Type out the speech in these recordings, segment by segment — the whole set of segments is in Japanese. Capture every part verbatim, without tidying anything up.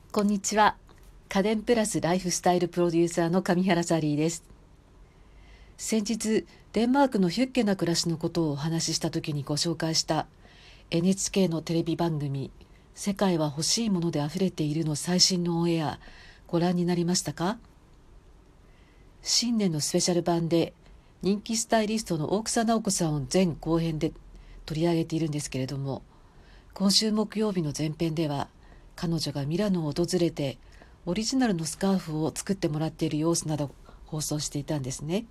こんにちは。家電プラスライフスタイルプロデューサーの上原サリーです。先日、デンマークのヒュッケな暮らしのことをお話しした時にご紹介した エヌエイチケー のテレビ番組世界は欲しいものであふれているの最新のオンエア、ご覧になりましたか？新年のスペシャル版で人気スタイリストの大草直子さんを全後編で取り上げているんですけれども、今週木曜日の前編では彼女がミラノを訪れてオリジナルのスカーフを作ってもらっている様子など放送していたんですね。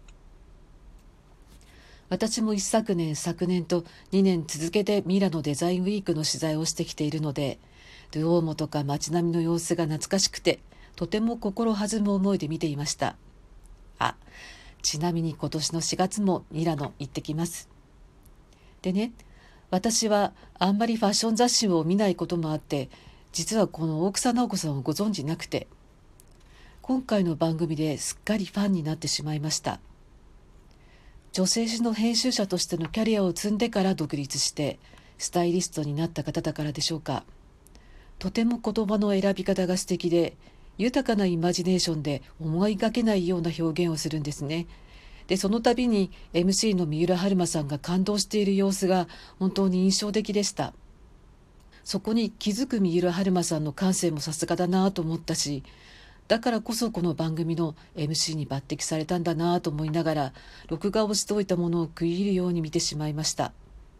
私も一昨年昨年とにねん続けてミラノデザインウィークの取材をしてきているので、ドゥオーモとか街並みの様子が懐かしくてとても心弾む思いで見ていました。あ、ちなみに今年のしがつもミラノ行ってきます。でね、私はあんまりファッション雑誌を見ないこともあって実はこの大草直子さんをご存じなくて、今回の番組ですっかりファンになってしまいました。女性誌の編集者としてのキャリアを積んでから独立してスタイリストになった方だからでしょうか。とても言葉の選び方が素敵で、豊かなイマジネーションで思いがけないような表現をするんですね。で、その度に エムシー の三浦春馬さんが感動している様子が本当に印象的でした。そこに気づく三浦春馬さんの感性もさすがだなと思ったし、だからこそこの番組の エムシー に抜擢されたんだなと思いながら、録画をしておいたものを食い入るように見てしまいました。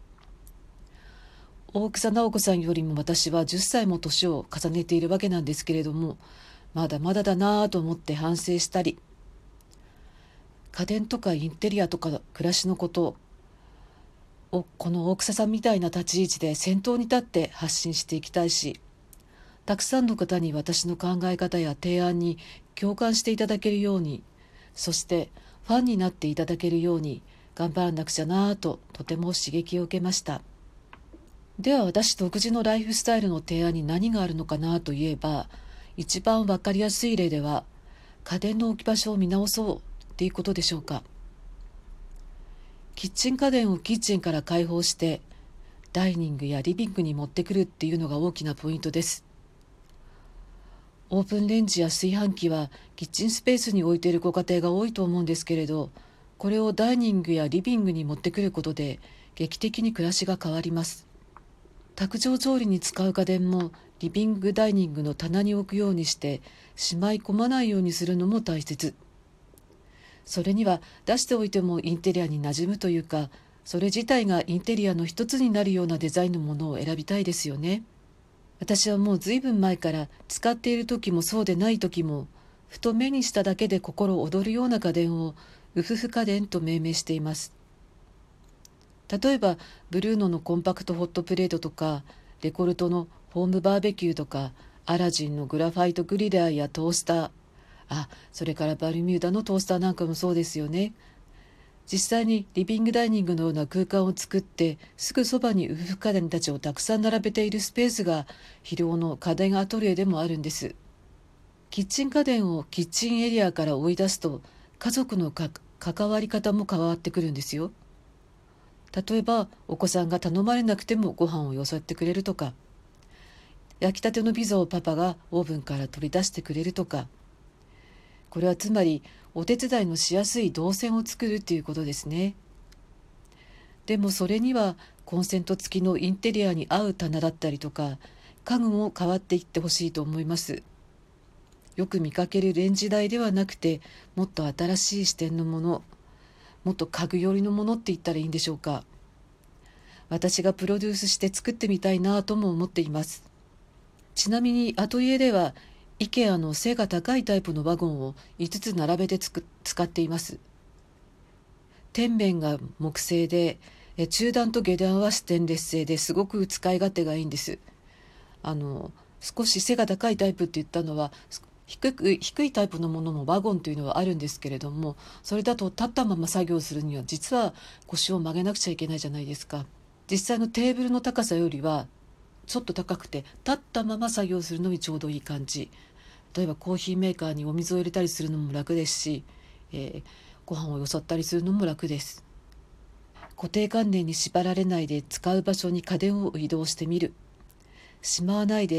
大草直子さんよりも私はじゅっさいも年を重ねているわけなんですけれども、まだまだだなと思って反省したり、家電とかインテリアとか暮らしのことをこの大草さんみたいな立ち位置で先頭に立って発信していきたいし、たくさんの方に私の考え方や提案に共感していただけるように、そしてファンになっていただけるように頑張らなくちゃなぁととても刺激を受けました。では私独自のライフスタイルの提案に何があるのかなといえば、一番わかりやすい例では家電の置き場所を見直そうっていうことでしょうか。キッチン家電をキッチンから開放してダイニングやリビングに持ってくるっていうのが大きなポイントです。オーブンレンジや炊飯器はキッチンスペースに置いているご家庭が多いと思うんですけれど、これをダイニングやリビングに持ってくることで劇的に暮らしが変わります。卓上調理に使う家電もリビングダイニングの棚に置くようにしてしまい込まないようにするのも大切。それには出しておいてもインテリアに馴染むというか、それ自体がインテリアの一つになるようなデザインのものを選びたいですよね。私はもうずいぶん前から使っている時もそうでない時も、ふと目にしただけで心躍るような家電をウフフ家電と命名しています。例えばブルーノのコンパクトホットプレートとか、レコルトのホームバーベキューとか、アラジンのグラファイトグリラーやトースター、あ、それからバルミューダのトースターなんかもそうですよね。実際にリビングダイニングのような空間を作ってすぐそばにウフフ家電たちをたくさん並べているスペースが広尾の家電アトリエでもあるんです。キッチン家電をキッチンエリアから追い出すと家族のか関わり方も変わってくるんですよ。例えばお子さんが頼まれなくてもご飯をよそってくれるとか、焼きたてのピザをパパがオーブンから取り出してくれるとか、これはつまりお手伝いのしやすい動線を作るっていうことですね。でもそれにはコンセント付きのインテリアに合う棚だったりとか家具も変わっていってほしいと思います。よく見かけるレンジ台ではなくて、もっと新しい視点のもの、もっと家具寄りのものって言ったらいいんでしょうか。私がプロデュースして作ってみたいなとも思っています。ちなみにアトリエではIKEA の背が高いタイプのワゴンをいつつ並べてつく使っています。天面が木製で、え中段と下段はステンレス製ですごく使い勝手がいいんです。あの少し背が高いタイプって言ったのは低く低いタイプのものもワゴンというのはあるんですけれども、それだと立ったまま作業するには実は腰を曲げなくちゃいけないじゃないですか。実際のテーブルの高さよりはちょっと高くて立ったまま作業するのにちょうどいい感じ。例えばコーヒーメーカーにお水を入れたりするのも楽ですし、えー、ご飯をよそったりするのも楽です。固定観念に縛られないで使う場所に家電を移動してみる。しまわないで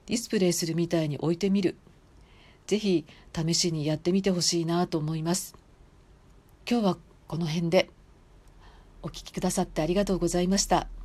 ディスプレイするみたいに置いてみる。ぜひ試しにやってみてほしいなと思います。今日はこの辺で。お聞きくださってありがとうございました。